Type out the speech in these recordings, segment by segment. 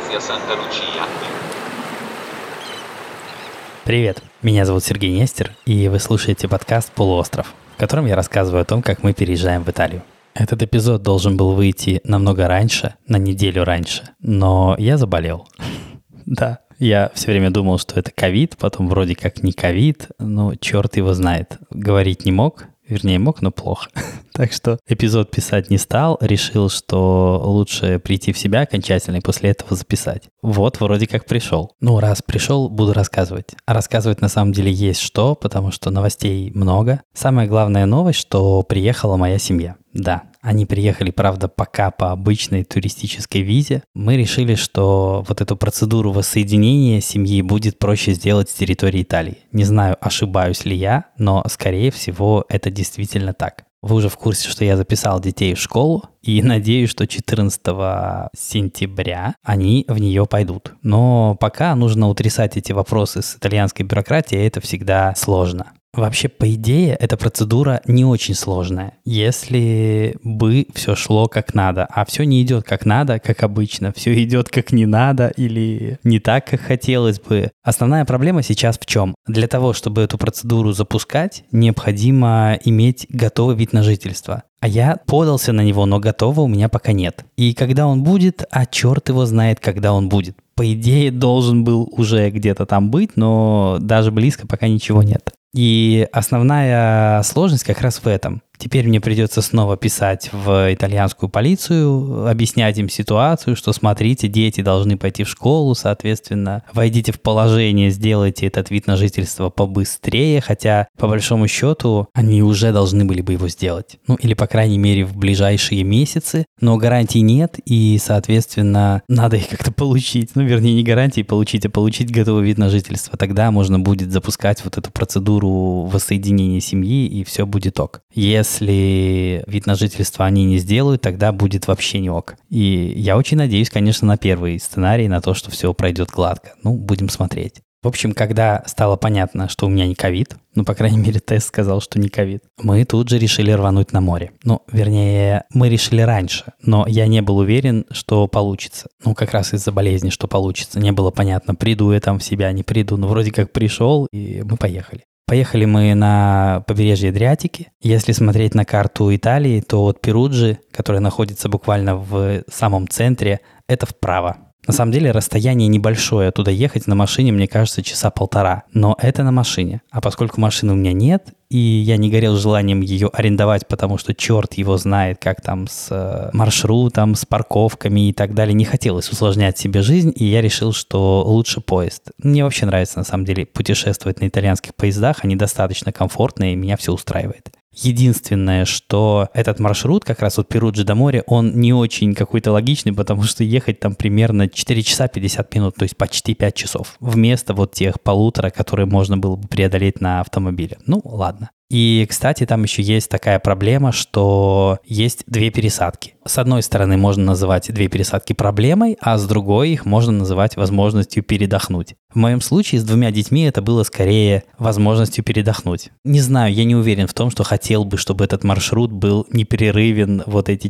Spezia Santa Lucia. Привет, меня зовут Сергей Нестер, и вы слушаете подкаст «Полуостров», в котором я рассказываю о том, как мы переезжаем в Италию. Этот эпизод должен был выйти намного раньше, на неделю раньше, но я заболел. Да, я все время думал, что это ковид, потом вроде как не ковид, но черт его знает. Говорить не мог, вернее мог, но плохо. Так что эпизод писать не стал, решил, что лучше прийти в себя окончательно и после этого записать. Вот, вроде как пришел. Ну, раз пришел, буду рассказывать. А рассказывать на самом деле есть что, потому что новостей много. Самая главная новость, что приехала моя семья. Да, они приехали, правда, пока по обычной туристической визе. Мы решили, что вот эту процедуру воссоединения семьи будет проще сделать с территории Италии. Не знаю, ошибаюсь ли я, но, скорее всего, это действительно так. Вы уже в курсе, что я записал детей в школу, и надеюсь, что 14 сентября они в нее пойдут. Но пока нужно утрясать эти вопросы с итальянской бюрократией, это всегда сложно. Вообще, по идее, эта процедура не очень сложная, если бы все шло как надо. А все не идет как надо, как обычно. Все идет как не надо или не так, как хотелось бы. Основная проблема сейчас в чем? Для того, чтобы эту процедуру запускать, необходимо иметь готовый вид на жительство. А я подался на него, но готового у меня пока нет. И когда он будет, а черт его знает, когда он будет. По идее, должен был уже где-то там быть, но даже близко пока ничего нет. И основная сложность как раз в этом. Теперь мне придется снова писать в итальянскую полицию, объяснять им ситуацию, что смотрите, дети должны пойти в школу, соответственно, войдите в положение, сделайте этот вид на жительство побыстрее, хотя, по большому счету, они уже должны были бы его сделать. Ну, или, по крайней мере, в ближайшие месяцы, но гарантий нет, и, соответственно, надо их как-то получить. Ну, вернее, не гарантии получить, а получить готовый вид на жительство. Тогда можно будет запускать вот эту процедуру воссоединения семьи, и все будет ок. Если вид на жительство они не сделают, тогда будет вообще не ок. И я очень надеюсь, конечно, на первый сценарий, на то, что все пройдет гладко. Ну, будем смотреть. В общем, когда стало понятно, что у меня не ковид, ну, по крайней мере, тест сказал, что не ковид, мы тут же решили рвануть на море. Ну, вернее, мы решили раньше, но я не был уверен, что получится. Ну, как раз из-за болезни, что получится. Не было понятно, приду я там в себя, не приду. Но вроде как пришел, и мы поехали. Поехали мы на побережье Адриатики. Если смотреть на карту Италии, то от Перуджи, которая находится буквально в самом центре, это вправо. На самом деле расстояние небольшое, туда ехать на машине, мне кажется, часа полтора. Но это на машине. А поскольку машины у меня нет, и я не горел желанием ее арендовать, потому что черт его знает, как там с маршрутом, с парковками и так далее, не хотелось усложнять себе жизнь, и я решил, что лучше поезд. Мне вообще нравится, на самом деле, путешествовать на итальянских поездах, они достаточно комфортные, и меня все устраивает. Единственное, что этот маршрут, как раз от Перуджи до моря, он не очень какой-то логичный, потому что ехать там примерно 4 часа 50 минут, то есть почти 5 часов, вместо вот тех полутора, которые можно было бы преодолеть на автомобиле. Ну, ладно. И, кстати, там еще есть такая проблема, что есть две пересадки. С одной стороны, можно называть две пересадки проблемой, а с другой их можно называть возможностью передохнуть. В моем случае с двумя детьми это было скорее возможностью передохнуть. Не знаю, я не уверен в том, что хотел бы, чтобы этот маршрут был непрерывен вот эти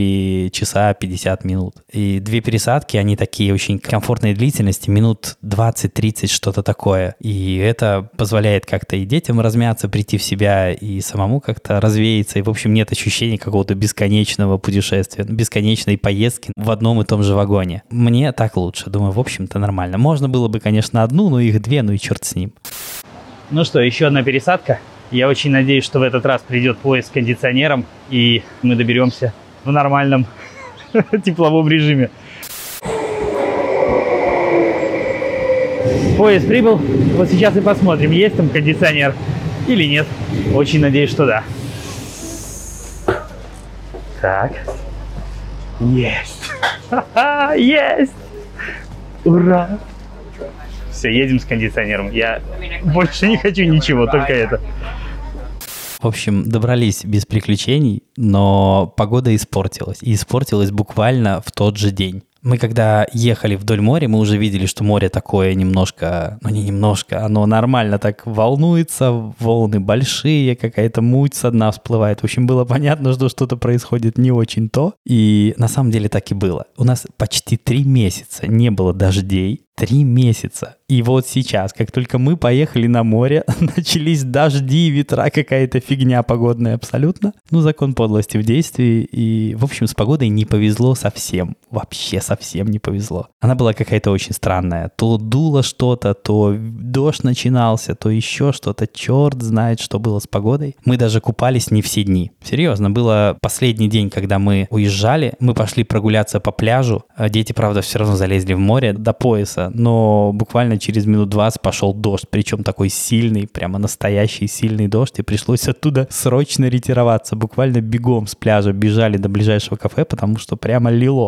4 часа 50 минут. И две пересадки, они такие очень комфортной длительности, минут 20-30, что-то такое. И это позволяет как-то и детям размяться, прийти в себя, и самому как-то развеяться. И, в общем, нет ощущения какого-то бесконечного путешествия, бесконечной поездки в одном и том же вагоне. Мне так лучше. Думаю, в общем-то, нормально. Можно было бы, конечно, одну, но их две, ну и черт с ним. Ну что, еще одна пересадка. Я очень надеюсь, что в этот раз придет поезд с кондиционером, и мы доберемся в нормальном тепловом режиме. Поезд прибыл. Вот сейчас и посмотрим, есть там кондиционер или нет. Очень надеюсь, что да. Так. Есть. Есть. Ура. Все, едем с кондиционером. Я больше не хочу ничего, только это. В общем, добрались без приключений, но погода испортилась. И испортилась буквально в тот же день. Мы когда ехали вдоль моря, мы уже видели, что море такое немножко, ну не немножко, оно нормально так волнуется, волны большие, какая-то муть со дна всплывает. В общем, было понятно, что что-то происходит не очень то. И на самом деле так и было. У нас почти 3 месяца не было дождей. 3 месяца. И вот сейчас, как только мы поехали на море, начались дожди, ветра, какая-то фигня погодная абсолютно. Ну, закон подлости в действии. И, в общем, с погодой не повезло совсем. Вообще совсем не повезло. Она была какая-то очень странная. То дуло что-то, то дождь начинался, то еще что-то. Черт знает, что было с погодой. Мы даже купались не все дни. Серьезно, было последний день, когда мы уезжали. Мы пошли прогуляться по пляжу. Дети, правда, все равно залезли в море до пояса. Но буквально через минут 20 пошел дождь, причем такой сильный, прямо настоящий сильный дождь, и пришлось оттуда срочно ретироваться. Буквально бегом с пляжа бежали до ближайшего кафе, потому что прямо лило.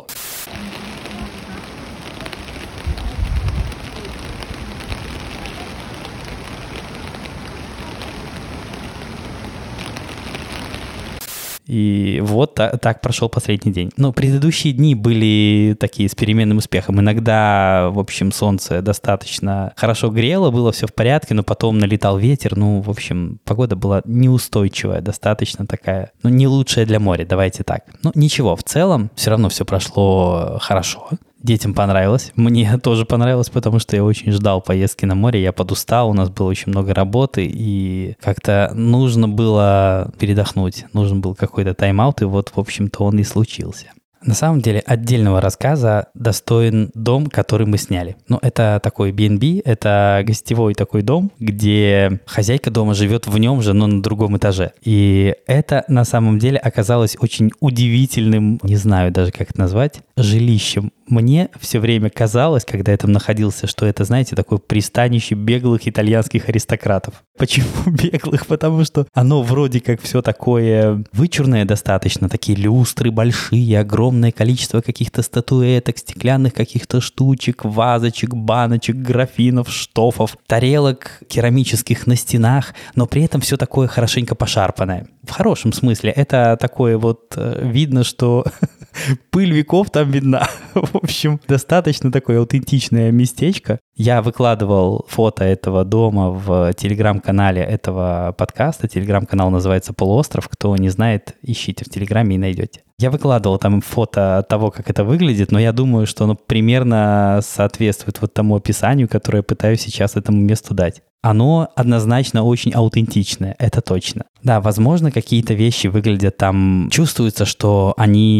И вот так прошел последний день. Но предыдущие дни были такие с переменным успехом. Иногда, в общем, солнце достаточно хорошо грело, было все в порядке, но потом налетал ветер. Ну, в общем, погода была неустойчивая, достаточно такая, ну, не лучшая для моря, давайте так. Ну, ничего, в целом все равно все прошло хорошо. Детям понравилось, мне тоже понравилось, потому что я очень ждал поездки на море, я подустал, у нас было очень много работы, и как-то нужно было передохнуть, нужен был какой-то тайм-аут, и вот, в общем-то, он и случился. На самом деле, отдельного рассказа достоин дом, который мы сняли. Ну, это такой B&B, это гостевой такой дом, где хозяйка дома живет в нем же, но на другом этаже. И это на самом деле оказалось очень удивительным, не знаю даже, как это назвать, жилищем. Мне все время казалось, когда я там находился, что это, знаете, такое пристанище беглых итальянских аристократов. Почему беглых? Потому что оно вроде как все такое вычурное достаточно, такие люстры большие, огромное количество каких-то статуэток, стеклянных каких-то штучек, вазочек, баночек, графинов, штофов, тарелок керамических на стенах, но при этом все такое хорошенько пошарпанное. В хорошем смысле. Это такое вот видно, что пыль веков там видна. В общем, достаточно такое аутентичное местечко. Я выкладывал фото этого дома в телеграм-канале этого подкаста. Телеграм-канал называется «Полуостров». Кто не знает, ищите в Телеграме и найдете. Я выкладывал там фото того, как это выглядит, но я думаю, что оно примерно соответствует вот тому описанию, которое я пытаюсь сейчас этому месту дать. Оно однозначно очень аутентичное, это точно. Да, возможно, какие-то вещи выглядят там... Чувствуется, что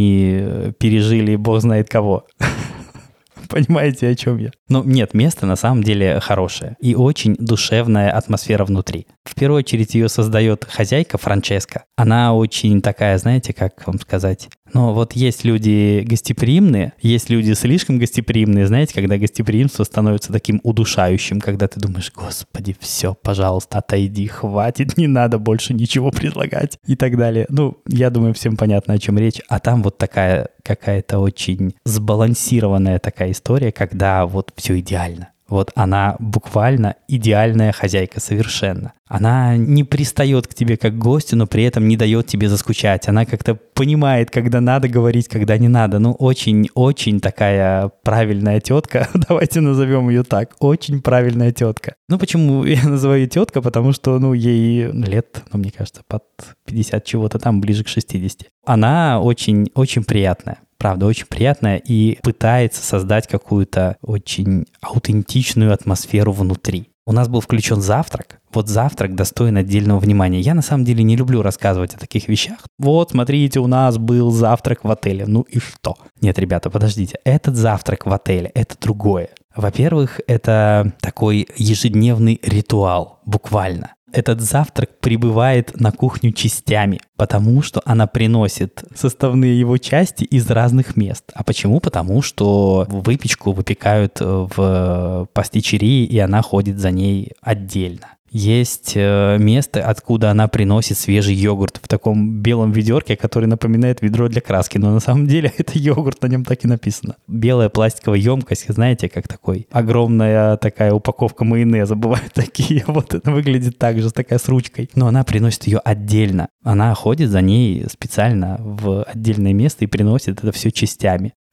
они пережили бог знает кого. Понимаете, о чем я? Но нет, место на самом деле хорошее. И очень душевная атмосфера внутри. В первую очередь ее создает хозяйка Франческа. Она очень такая, знаете, как вам сказать... Ну, вот есть люди гостеприимные, есть люди слишком гостеприимные, знаете, когда гостеприимство становится таким удушающим, когда ты думаешь, господи, все, пожалуйста, отойди, хватит, не надо больше ничего предлагать и так далее. Ну, я думаю, всем понятно, о чем речь. А там вот такая какая-то очень сбалансированная такая история, когда вот все идеально. Вот она буквально идеальная хозяйка совершенно. Она не пристает к тебе как к гостю, но при этом не дает тебе заскучать. Она как-то понимает, когда надо говорить, когда не надо. Ну, очень-очень такая правильная тетка. Давайте назовем ее так. Очень правильная тетка. Ну, почему я называю ее тетка? Потому что, ну, ей лет, ну, мне кажется, под 50 чего-то там, ближе к 60. Она очень-очень приятная. Правда, очень приятная и пытается создать какую-то очень аутентичную атмосферу внутри. У нас был включен завтрак. Вот завтрак достоин отдельного внимания. Я на самом деле не люблю рассказывать о таких вещах. Вот, смотрите, у нас был завтрак в отеле. Ну и что? Нет, ребята, подождите. Этот завтрак в отеле – это другое. Во-первых, это такой ежедневный ритуал, буквально. Этот завтрак прибывает на кухню частями, потому что она приносит составные его части из разных мест. А почему? Потому что выпечку выпекают в пастичерии, и она ходит за ней отдельно. Есть место, откуда она приносит свежий йогурт в таком белом ведерке, который напоминает ведро для краски, но на самом деле это йогурт, на нем так и написано. Белая пластиковая емкость, знаете, как такой огромная такая упаковка майонеза, бывают такие, вот это выглядит так же, такая с ручкой, но она приносит ее отдельно. Она ходит за ней специально в отдельное место и приносит это все частями.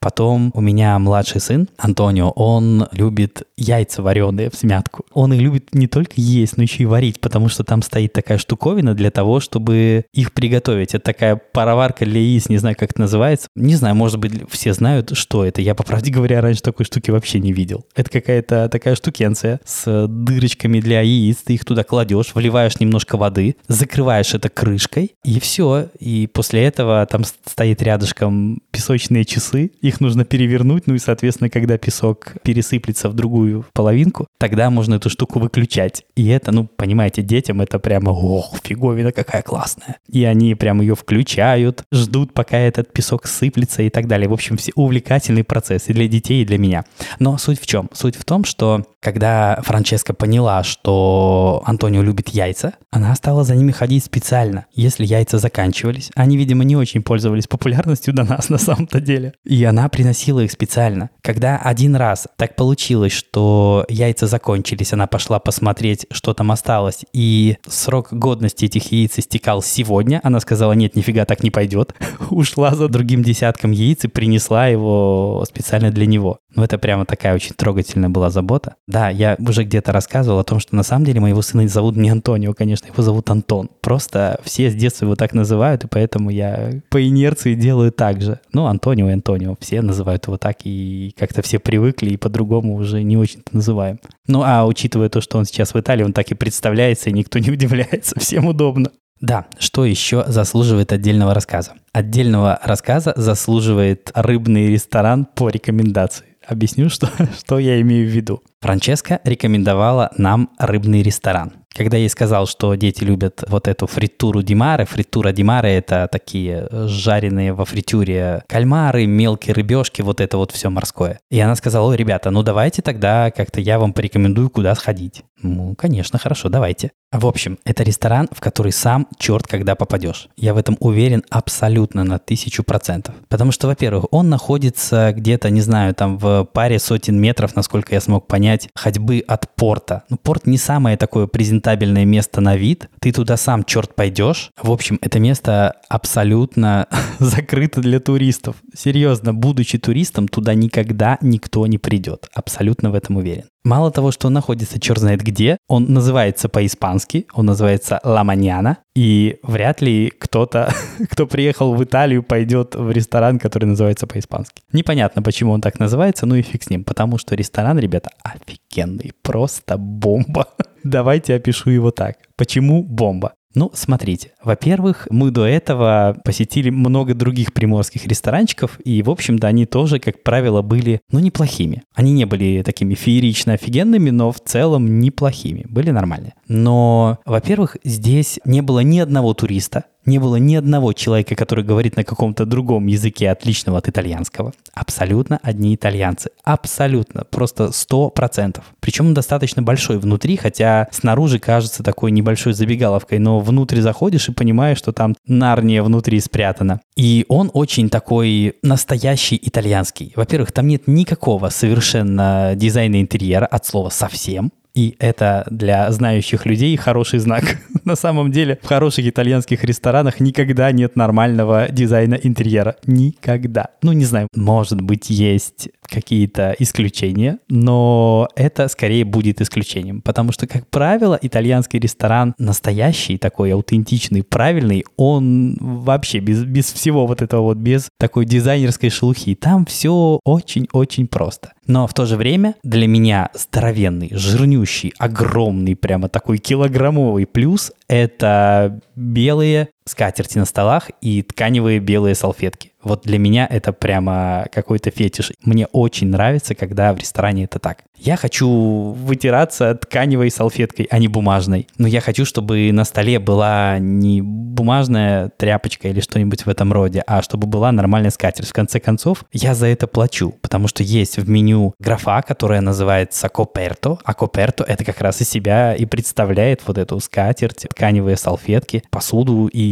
Потом у меня младший сын, Антонио, он любит яйца вареные в смятку. Он их любит не только есть, но еще и варить, потому что там стоит такая штуковина для того, чтобы их приготовить. Это такая пароварка для яиц, не знаю, как это называется. Не знаю, может быть, все знают, что это. Я, по правде говоря, раньше такой штуки вообще не видел. Это какая-то такая штукенция с дырочками для яиц. Ты их туда кладешь, вливаешь немножко воды, закрываешь это крышкой, и все. И после этого там стоит рядышком песочные часы. Их нужно перевернуть, ну и, соответственно, когда песок пересыплется в другую половинку, тогда можно эту штуку выключать. И это, ну, понимаете, детям это прямо, ох, фиговина какая классная. И они прям ее включают, ждут, пока этот песок сыплется и так далее. В общем, все увлекательный процесс и для детей, и для меня. Но суть в чем? Суть в том, что когда Франческа поняла, что Антонио любит яйца, она стала за ними ходить специально, если яйца заканчивались. Они, видимо, не очень пользовались популярностью до нас на самом-то деле. И она приносила их специально. Когда один раз так получилось, что яйца закончились, она пошла посмотреть, что там осталось, и срок годности этих яиц истекал сегодня, она сказала, нет, нифига так не пойдет. Ушла за другим десятком яиц и принесла его специально для него. Ну, это прямо такая очень трогательная была забота. Да, я уже где-то рассказывал о том, что на самом деле моего сына зовут не Антонио, конечно, его зовут Антон. Просто все с детства его так называют, и поэтому я по инерции делаю так же. Ну, Антонио и Антонио, все называют его так, и как-то все привыкли, и по-другому уже не очень-то называем. Ну, а учитывая то, что он сейчас в Италии, он так и представляется, и никто не удивляется, всем удобно. Да, что еще заслуживает отдельного рассказа? Отдельного рассказа заслуживает рыбный ресторан по рекомендации. Объясню, что я имею в виду. Франческа рекомендовала нам рыбный ресторан. Когда я ей сказал, что дети любят вот эту фриттуру ди маре, фриттура ди маре – это такие жареные во фритюре кальмары, мелкие рыбешки, вот это вот все морское. И она сказала, ой, ребята, ну давайте тогда как-то я вам порекомендую, куда сходить. Ну, конечно, хорошо, давайте. В общем, это ресторан, в который сам черт когда попадешь. Я в этом уверен абсолютно на 1000%. Потому что, во-первых, он находится где-то, не знаю, там в паре сотен метров, насколько я смог понять, ходьбы от порта. Ну, порт не самое такое презентабельное место на вид. Ты туда сам черт пойдешь. В общем, это место абсолютно закрыто для туристов. Серьезно, будучи туристом, туда никогда никто не придет. Абсолютно в этом уверен. Мало того, что он находится черт знает где, он называется по-испански, он называется «Ла Маньяна», и вряд ли кто-то, кто приехал в Италию, пойдет в ресторан, который называется по-испански. Непонятно, почему он так называется, ну и фиг с ним, потому что ресторан, ребята, офигенный, просто бомба. Давайте опишу его так. Почему бомба? Ну, смотрите. Во-первых, мы до этого посетили много других приморских ресторанчиков, и, в общем-то, они тоже, как правило, были, ну, неплохими. Они не были такими феерично офигенными, но в целом неплохими. Были нормальные. Но, во-первых, здесь не было ни одного туриста, не было ни одного человека, который говорит на каком-то другом языке, отличного от итальянского. Абсолютно одни итальянцы. Абсолютно. Просто 100%. Причем он достаточно большой внутри, хотя снаружи кажется такой небольшой забегаловкой, но внутрь заходишь и понимаешь, что там Нарния внутри спрятана. И он очень такой настоящий итальянский. Во-первых, там нет никакого совершенно дизайна интерьера, от слова совсем. И это для знающих людей хороший знак. На самом деле, в хороших итальянских ресторанах никогда нет нормального дизайна интерьера. Никогда. Ну, не знаю, может быть, есть какие-то исключения, но это скорее будет исключением. Потому что, как правило, итальянский ресторан настоящий, такой аутентичный, правильный, он вообще без всего вот этого вот, без такой дизайнерской шелухи. Там все очень-очень просто. Но в то же время для меня здоровенный, жирнющий, огромный, прямо такой килограммовый плюс – это белые скатерти на столах и тканевые белые салфетки. Вот для меня это прямо какой-то фетиш. Мне очень нравится, когда в ресторане это так. Я хочу вытираться тканевой салфеткой, а не бумажной. Но я хочу, чтобы на столе была не бумажная тряпочка или что-нибудь в этом роде, а чтобы была нормальная скатерть. В конце концов, я за это плачу, потому что есть в меню графа, которая называется коперто, а коперто это как раз из себя и представляет вот эту скатерть, тканевые салфетки, посуду и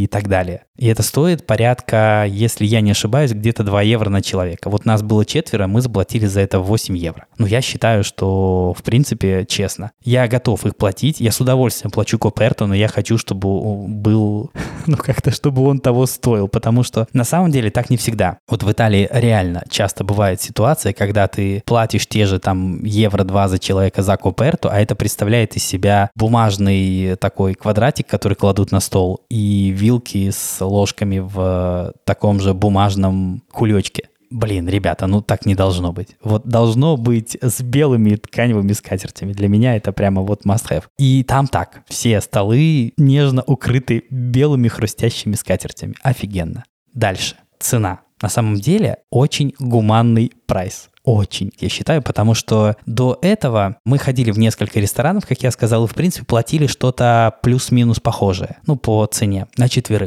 и так далее. И это стоит порядка, если я не ошибаюсь, где-то 2 евро на человека. Вот нас было 4, мы заплатили за это 8 евро. Ну, я считаю, что, в принципе, честно. Я готов их платить, я с удовольствием плачу Коперту, но я хочу, чтобы он был, чтобы он того стоил, потому что на самом деле так не всегда. Вот в Италии реально часто бывает ситуация, когда ты платишь те же там евро 2 за человека за Коперту, а это представляет из себя бумажный такой квадратик, который кладут на стол, и вилки с ложками в таком же бумажном кулечке. Блин, ребята, так не должно быть. Вот должно быть с белыми тканевыми скатертями. Для меня это прямо вот must have. И там так. Все столы нежно укрыты белыми хрустящими скатертями. Офигенно. Дальше. Цена. На самом деле очень гуманный прайс. Очень, я считаю, потому что до этого мы ходили в несколько ресторанов, как я сказал, и, в принципе, платили что-то плюс-минус похожее, по цене, на 4.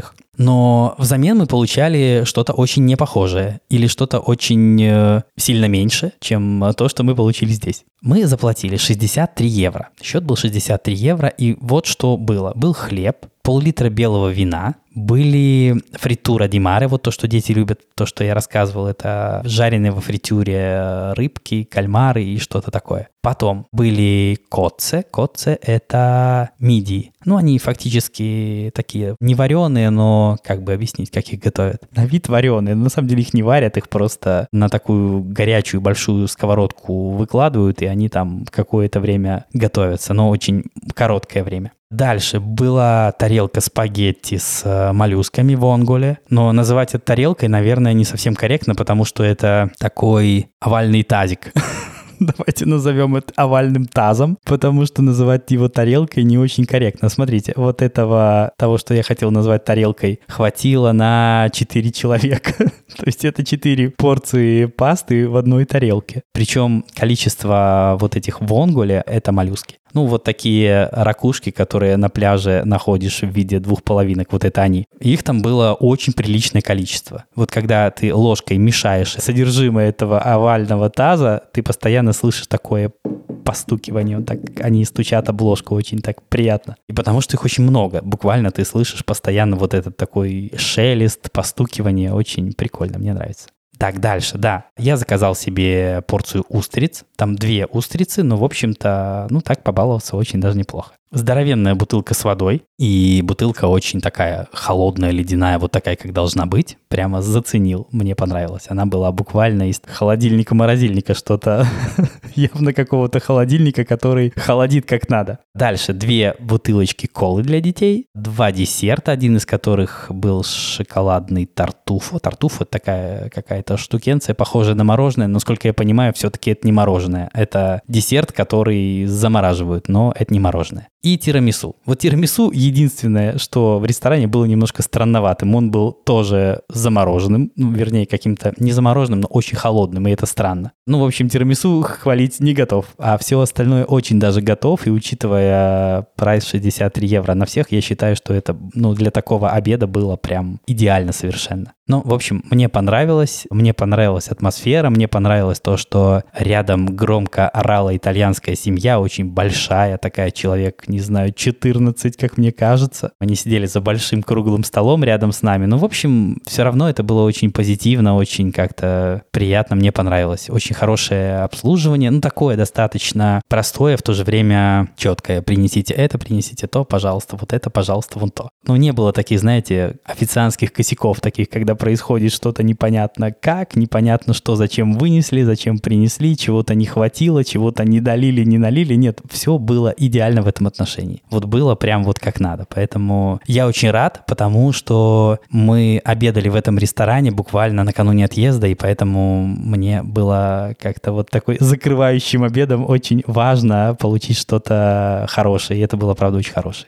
Но взамен мы получали что-то очень непохожее или что-то очень сильно меньше, чем то, что мы получили здесь. Мы заплатили 63 евро. Счет был 63 евро, и вот что было. Был хлеб, пол-литра белого вина, были фритура ди маре, вот то, что дети любят, то, что я рассказывал, это жареные во фритюре рыбки, кальмары и что-то такое. Потом были котце. Котце – это мидии. Они фактически такие не вареные, но как бы объяснить, как их готовят. На вид вареные, но на самом деле их не варят, их просто на такую горячую большую сковородку выкладывают, и они там какое-то время готовятся, но очень короткое время. Дальше была тарелка спагетти с моллюсками в онголе, но называть это тарелкой, наверное, не совсем корректно, потому что это такой овальный тазик. Давайте назовем это овальным тазом, потому что называть его тарелкой не очень корректно. Смотрите, вот того, что я хотел назвать тарелкой, хватило на 4 человека. То есть это 4 порции пасты в одной тарелке. Причем количество вот этих в онголе – это моллюски. Вот такие ракушки, которые на пляже находишь в виде 2 половинок, вот это они. Их там было очень приличное количество. Вот когда ты ложкой мешаешь содержимое этого овального таза, ты постоянно слышишь такое постукивание, так они стучат об ложку, очень так приятно. И потому что их очень много, буквально ты слышишь постоянно вот этот такой шелест, постукивание, очень прикольно, мне нравится. Так, дальше, да. Я заказал себе порцию устриц. Там 2 устрицы, но, в общем-то, так побаловался очень даже неплохо. Здоровенная бутылка с водой. И бутылка очень такая холодная, ледяная, вот такая, как должна быть. Прямо заценил, мне понравилось. Она была буквально из холодильника-морозильника, что-то явно какого-то холодильника, который холодит как надо. Дальше 2 бутылочки колы для детей, 2 десерта, один из которых был шоколадный тартуфо. Тартуфо — это такая какая-то штукенция, похожая на мороженое, но, насколько я понимаю, все-таки это не мороженое. Это десерт, который замораживают, но это не мороженое. И тирамису. Вот тирамису единственное, что в ресторане было немножко странноватым. Он был тоже замороженным, вернее, каким-то не замороженным, но очень холодным, и это странно. В общем, тирамису хвалить не готов, а все остальное очень даже готов, и учитывая прайс 63 евро на всех, я считаю, что это, для такого обеда было прям идеально совершенно. В общем, мне понравилась атмосфера, мне понравилось то, что рядом громко орала итальянская семья, очень большая, такая человек, не знаю, 14, как мне кажется. Они сидели за большим круглым столом рядом с нами. В общем, все равно это было очень позитивно, очень как-то приятно, мне понравилось. Очень хорошее обслуживание, такое достаточно простое, в то же время четкое. Принесите это, принесите то, пожалуйста, вот это, пожалуйста, вон то. Не было таких, знаете, официантских косяков таких, когда происходит что-то непонятно как, непонятно что, зачем вынесли, зачем принесли, чего-то не хватило, чего-то не долили, не налили. Нет, все было идеально в этом отношении. Вот было прям вот как надо. Поэтому я очень рад, потому что мы обедали в этом ресторане буквально накануне отъезда, и поэтому мне было как-то вот такой закрывающим обедом очень важно получить что-то хорошее, и это было, правда, очень хорошее.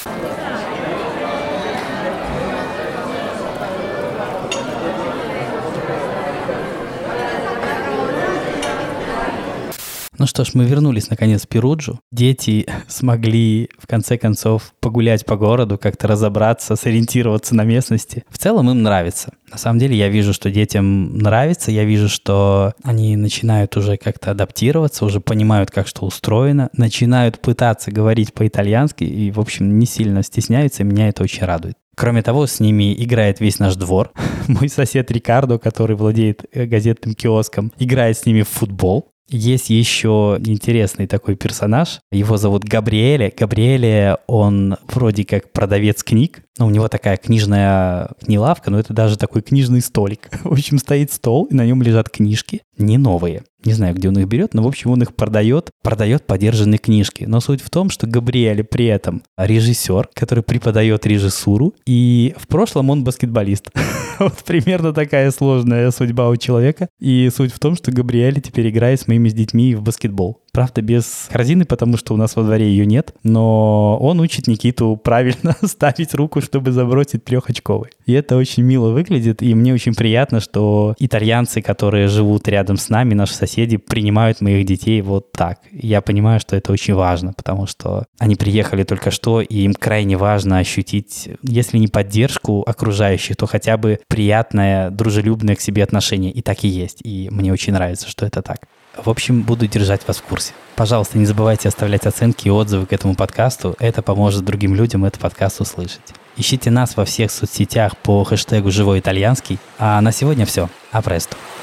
Ну что ж, мы вернулись наконец в Перуджу. Дети смогли в конце концов погулять по городу, как-то разобраться, сориентироваться на местности. В целом им нравится. На самом деле я вижу, что детям нравится, я вижу, что они начинают уже как-то адаптироваться, уже понимают, как что устроено, начинают пытаться говорить по-итальянски и, в общем, не сильно стесняются, и меня это очень радует. Кроме того, с ними играет весь наш двор. Мой сосед Рикардо, который владеет газетным киоском, играет с ними в футбол. Есть еще интересный такой персонаж. Его зовут Габриэле. Габриэле, он вроде как продавец книг. У него такая книжная не лавка, но это даже такой книжный столик. В общем, стоит стол, и на нем лежат книжки. Не новые. Не знаю, где он их берет, но, в общем, он их продает подержанные книжки. Но суть в том, что Габриэле при этом режиссер, который преподает режиссуру, и в прошлом он баскетболист. Вот примерно такая сложная судьба у человека. И суть в том, что Габриэле теперь играет с моими детьми в баскетбол. Правда, без корзины, потому что у нас во дворе ее нет, но он учит Никиту правильно ставить руку, чтобы забросить трехочковый. И это очень мило выглядит, и мне очень приятно, что итальянцы, которые живут рядом с нами, наши соседи, принимают моих детей вот так. Я понимаю, что это очень важно, потому что они приехали только что, и им крайне важно ощутить, если не поддержку окружающих, то хотя бы приятное, дружелюбное к себе отношение. И так и есть. И мне очень нравится, что это так. В общем, буду держать вас в курсе. Пожалуйста, не забывайте оставлять оценки и отзывы к этому подкасту. Это поможет другим людям этот подкаст услышать. Ищите нас во всех соцсетях по хэштегу «Живой итальянский». А на сегодня все. А престо.